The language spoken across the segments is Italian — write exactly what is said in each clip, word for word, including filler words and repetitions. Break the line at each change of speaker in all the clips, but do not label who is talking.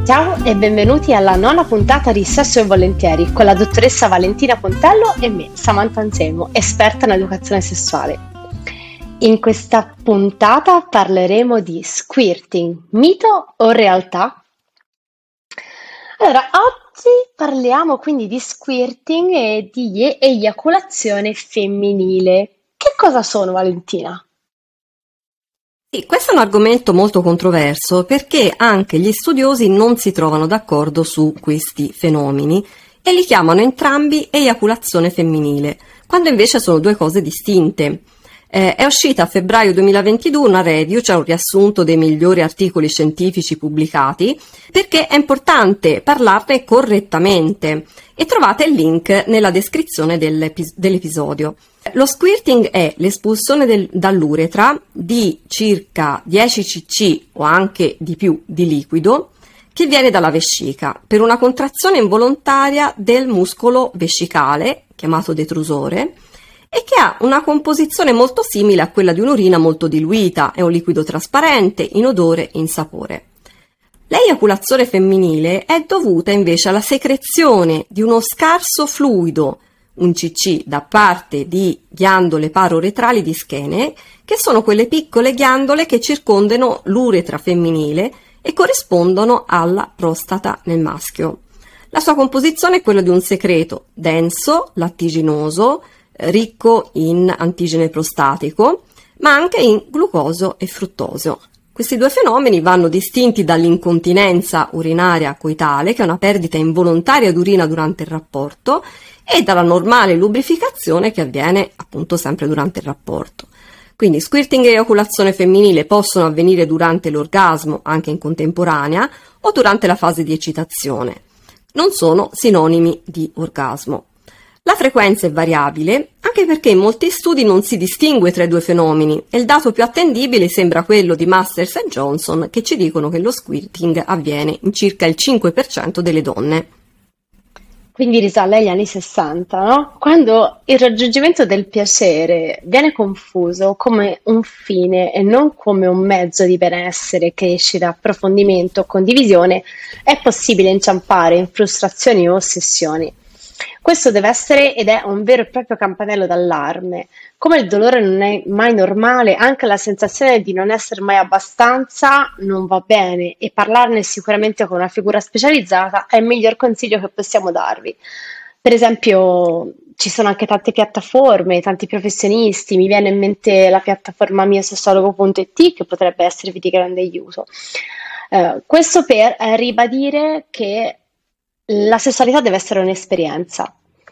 Ciao e benvenuti alla nona puntata di Sesso e Volentieri con la dottoressa Valentina Pontello e me, Samantha Anselmo, esperta in educazione sessuale. In questa puntata parleremo di squirting, mito o realtà? Allora, oggi parliamo quindi di squirting e di e- eiaculazione femminile. Che cosa sono, Valentina?
Sì, questo è un argomento molto controverso perché anche gli studiosi non si trovano d'accordo su questi fenomeni e li chiamano entrambi eiaculazione femminile, quando invece sono due cose distinte. Eh, è uscita a febbraio duemilaventidue una review, cioè un riassunto dei migliori articoli scientifici pubblicati, perché è importante parlarne correttamente e trovate il link nella descrizione dell'epis- dell'episodio. Lo squirting è l'espulsione del- dall'uretra di circa dieci cc o anche di più di liquido che viene dalla vescica per una contrazione involontaria del muscolo vescicale, chiamato detrusore, e che ha una composizione molto simile a quella di un'urina molto diluita, è un liquido trasparente, inodore e insapore. L'eiaculazione femminile è dovuta invece alla secrezione di uno scarso fluido, un cc, da parte di ghiandole paroretrali di Skene, che sono quelle piccole ghiandole che circondano l'uretra femminile e corrispondono alla prostata nel maschio. La sua composizione è quella di un secreto denso, lattiginoso, ricco in antigene prostatico, ma anche in glucosio e fruttosio. Questi due fenomeni vanno distinti dall'incontinenza urinaria coitale, che è una perdita involontaria d'urina durante il rapporto, e dalla normale lubrificazione che avviene appunto sempre durante il rapporto. Quindi squirting e eiaculazione femminile possono avvenire durante l'orgasmo, anche in contemporanea, o durante la fase di eccitazione. Non sono sinonimi di orgasmo. La frequenza è variabile, anche perché in molti studi non si distingue tra i due fenomeni e il dato più attendibile sembra quello di Masters e Johnson, che ci dicono che lo squirting avviene in circa il cinque per cento delle donne.
Quindi risale agli anni sessanta, no? Quando il raggiungimento del piacere viene confuso come un fine e non come un mezzo di benessere, crescita, approfondimento, condivisione, è possibile inciampare in frustrazioni o ossessioni. Questo deve essere ed è un vero e proprio campanello d'allarme. Come il dolore non è mai normale, anche la sensazione di non essere mai abbastanza non va bene e parlarne sicuramente con una figura specializzata è il miglior consiglio che possiamo darvi. Per esempio, ci sono anche tante piattaforme, tanti professionisti, mi viene in mente la piattaforma miosessologo punto it che potrebbe esservi di grande aiuto. Eh, questo per eh, ribadire che la sessualità deve essere un'esperienza,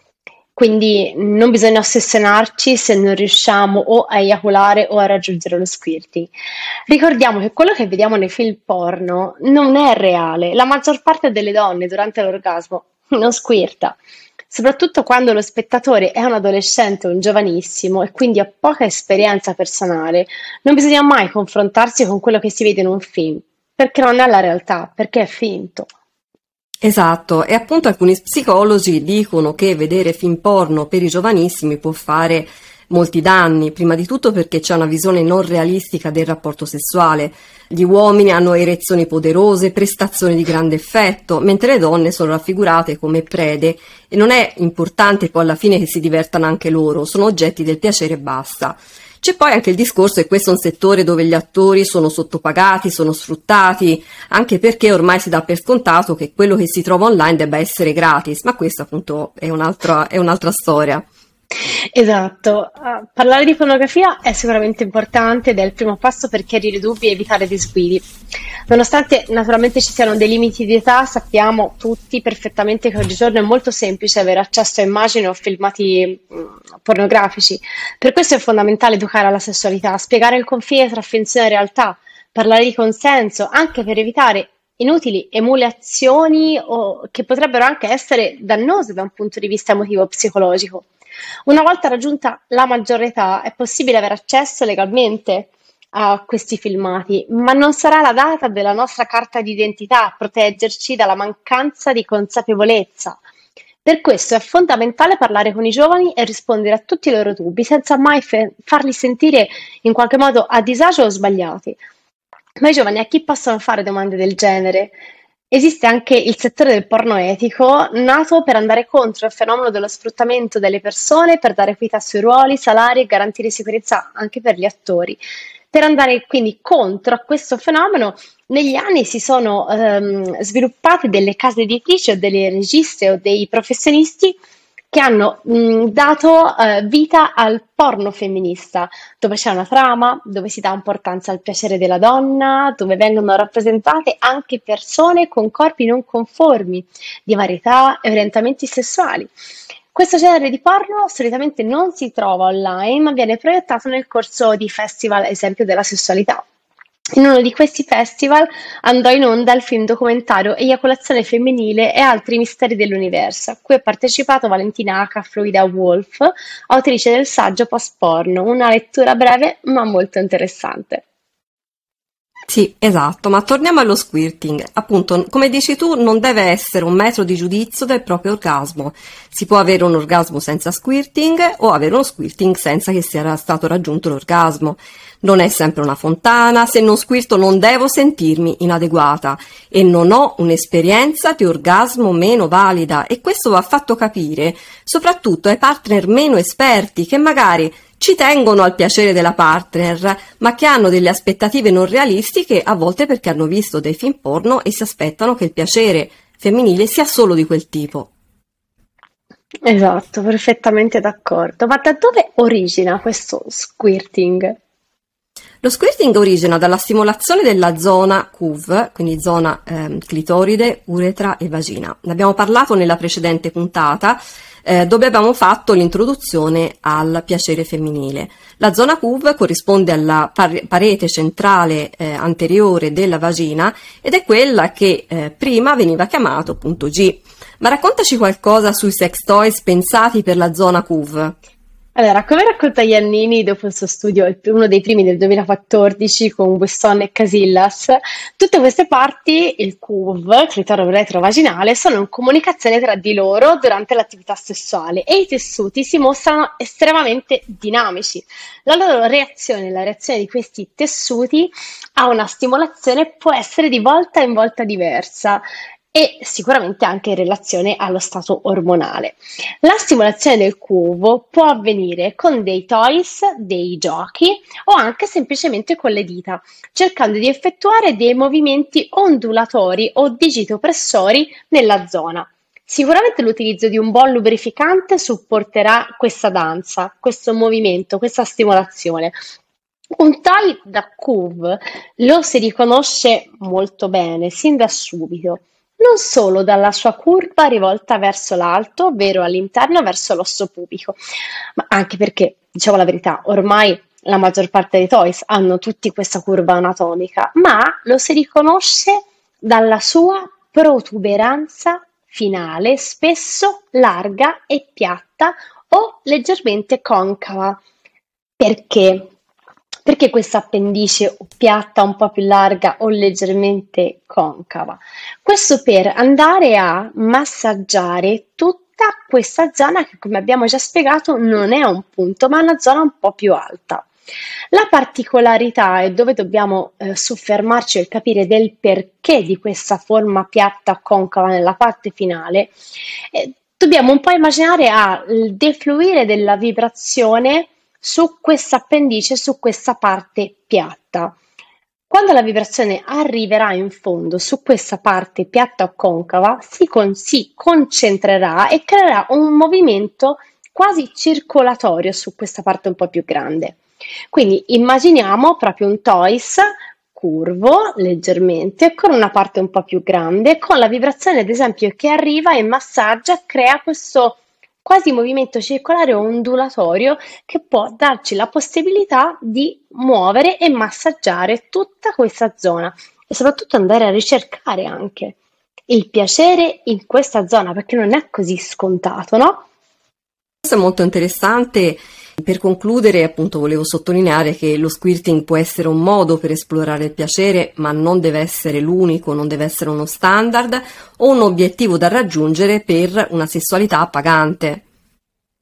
quindi non bisogna ossessionarci se non riusciamo o a eiaculare o a raggiungere lo squirting. Ricordiamo che quello che vediamo nei film porno non è reale, la maggior parte delle donne durante l'orgasmo non squirta, soprattutto quando lo spettatore è un adolescente o un giovanissimo e quindi ha poca esperienza personale. Non bisogna mai confrontarsi con quello che si vede in un film, perché non è la realtà, perché è finto.
Esatto, e appunto alcuni psicologi dicono che vedere film porno per i giovanissimi può fare molti danni, prima di tutto perché c'è una visione non realistica del rapporto sessuale. Gli uomini hanno erezioni poderose, prestazioni di grande effetto, mentre le donne sono raffigurate come prede e non è importante poi alla fine che si divertano anche loro, sono oggetti del piacere e basta. C'è poi anche il discorso che questo è un settore dove gli attori sono sottopagati, sono sfruttati, anche perché ormai si dà per scontato che quello che si trova online debba essere gratis, ma questa appunto è un'altra, è un'altra storia.
Esatto, uh, parlare di pornografia è sicuramente importante ed è il primo passo per chiarire dubbi e evitare disguidi. Nonostante naturalmente ci siano dei limiti di età, sappiamo tutti perfettamente che oggigiorno è molto semplice avere accesso a immagini o filmati mh, pornografici. Per questo è fondamentale educare alla sessualità, spiegare il confine tra finzione e realtà, parlare di consenso, anche per evitare inutili emulazioni o che potrebbero anche essere dannose da un punto di vista emotivo-psicologico. Una volta raggiunta la maggiore età è possibile avere accesso legalmente a questi filmati, ma non sarà la data della nostra carta d'identità a proteggerci dalla mancanza di consapevolezza. Per questo è fondamentale parlare con i giovani e rispondere a tutti i loro dubbi senza mai fe- farli sentire in qualche modo a disagio o sbagliati. Ma i giovani a chi possono fare domande del genere? Esiste anche il settore del porno etico, nato per andare contro il fenomeno dello sfruttamento delle persone, per dare equità sui ruoli, salari e garantire sicurezza anche per gli attori. Per andare quindi contro a questo fenomeno, negli anni si sono ehm, sviluppate delle case editrici o delle registe o dei professionisti che hanno mh, dato eh, vita al porno femminista, dove c'è una trama, dove si dà importanza al piacere della donna, dove vengono rappresentate anche persone con corpi non conformi, di varietà e orientamenti sessuali. Questo genere di porno solitamente non si trova online, ma viene proiettato nel corso di festival, esempio della sessualità. In uno di questi festival andò in onda il film documentario Eiaculazione femminile e altri misteri dell'universo, a cui ha partecipato Valentina H. Fluida Wolf, autrice del saggio Post Porno, una lettura breve ma molto interessante.
Sì, esatto, ma torniamo allo squirting. Appunto, come dici tu, non deve essere un metro di giudizio del proprio orgasmo. Si può avere un orgasmo senza squirting o avere uno squirting senza che sia stato raggiunto l'orgasmo. Non è sempre una fontana, se non squirto non devo sentirmi inadeguata e non ho un'esperienza di orgasmo meno valida, e questo va fatto capire soprattutto ai partner meno esperti che magari ci tengono al piacere della partner, ma che hanno delle aspettative non realistiche, a volte perché hanno visto dei film porno e si aspettano che il piacere femminile sia solo di quel tipo.
Esatto, perfettamente d'accordo. Ma da dove origina questo squirting?
Lo squirting origina dalla stimolazione della zona C U V, quindi zona eh, clitoride, uretra e vagina. Ne abbiamo parlato nella precedente puntata, eh, dove abbiamo fatto l'introduzione al piacere femminile. La zona C U V corrisponde alla par- parete centrale eh, anteriore della vagina ed è quella che eh, prima veniva chiamato punto G. Ma raccontaci qualcosa sui sex toys pensati per la zona C U V.
Allora, come racconta Iannini dopo il suo studio, il- uno dei primi del duemilaquattordici con Weston e Casillas, tutte queste parti, il C U V, clitoreo retrovaginale, sono in comunicazione tra di loro durante l'attività sessuale e i tessuti si mostrano estremamente dinamici. La loro reazione, la reazione di questi tessuti a una stimolazione può essere di volta in volta diversa e sicuramente anche in relazione allo stato ormonale. La stimolazione del cubo può avvenire con dei toys, dei giochi o anche semplicemente con le dita, cercando di effettuare dei movimenti ondulatori o digitopressori nella zona. Sicuramente l'utilizzo di un buon lubrificante supporterà questa danza, questo movimento, questa stimolazione. Un toy da C U V lo si riconosce molto bene sin da subito, non solo dalla sua curva rivolta verso l'alto, ovvero all'interno verso l'osso pubico, ma anche perché, diciamo la verità, ormai la maggior parte dei toys hanno tutti questa curva anatomica, ma lo si riconosce dalla sua protuberanza finale, spesso larga e piatta o leggermente concava. Perché? Perché questa appendice piatta, un po' più larga o leggermente concava? Questo per andare a massaggiare tutta questa zona che, come abbiamo già spiegato, non è un punto, ma è una zona un po' più alta. La particolarità e dove dobbiamo eh, soffermarci e capire del perché di questa forma piatta concava nella parte finale, eh, dobbiamo un po' immaginare al defluire della vibrazione su questa appendice, su questa parte piatta. Quando la vibrazione arriverà in fondo su questa parte piatta o concava, si, con- si concentrerà e creerà un movimento quasi circolatorio su questa parte un po' più grande. Quindi immaginiamo proprio un toys curvo leggermente con una parte un po' più grande, con la vibrazione ad esempio che arriva e massaggia, crea questo quasi movimento circolare o ondulatorio che può darci la possibilità di muovere e massaggiare tutta questa zona e soprattutto andare a ricercare anche il piacere in questa zona, perché non è così scontato, no?
Questo è molto interessante. Per concludere, appunto, volevo sottolineare che lo squirting può essere un modo per esplorare il piacere, ma non deve essere l'unico, non deve essere uno standard o un obiettivo da raggiungere per una sessualità appagante.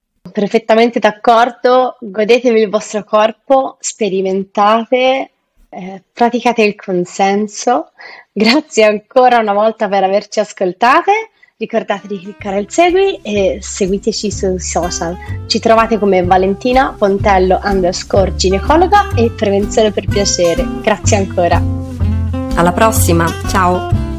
Perfettamente d'accordo, godetevi il vostro corpo, sperimentate Eh, praticate il consenso. Grazie ancora una volta per averci ascoltate. Ricordate di cliccare il segui e seguiteci sui social. Ci trovate come Valentina Pontello underscore ginecologa e prevenzione per piacere. Grazie ancora.
Alla prossima, ciao!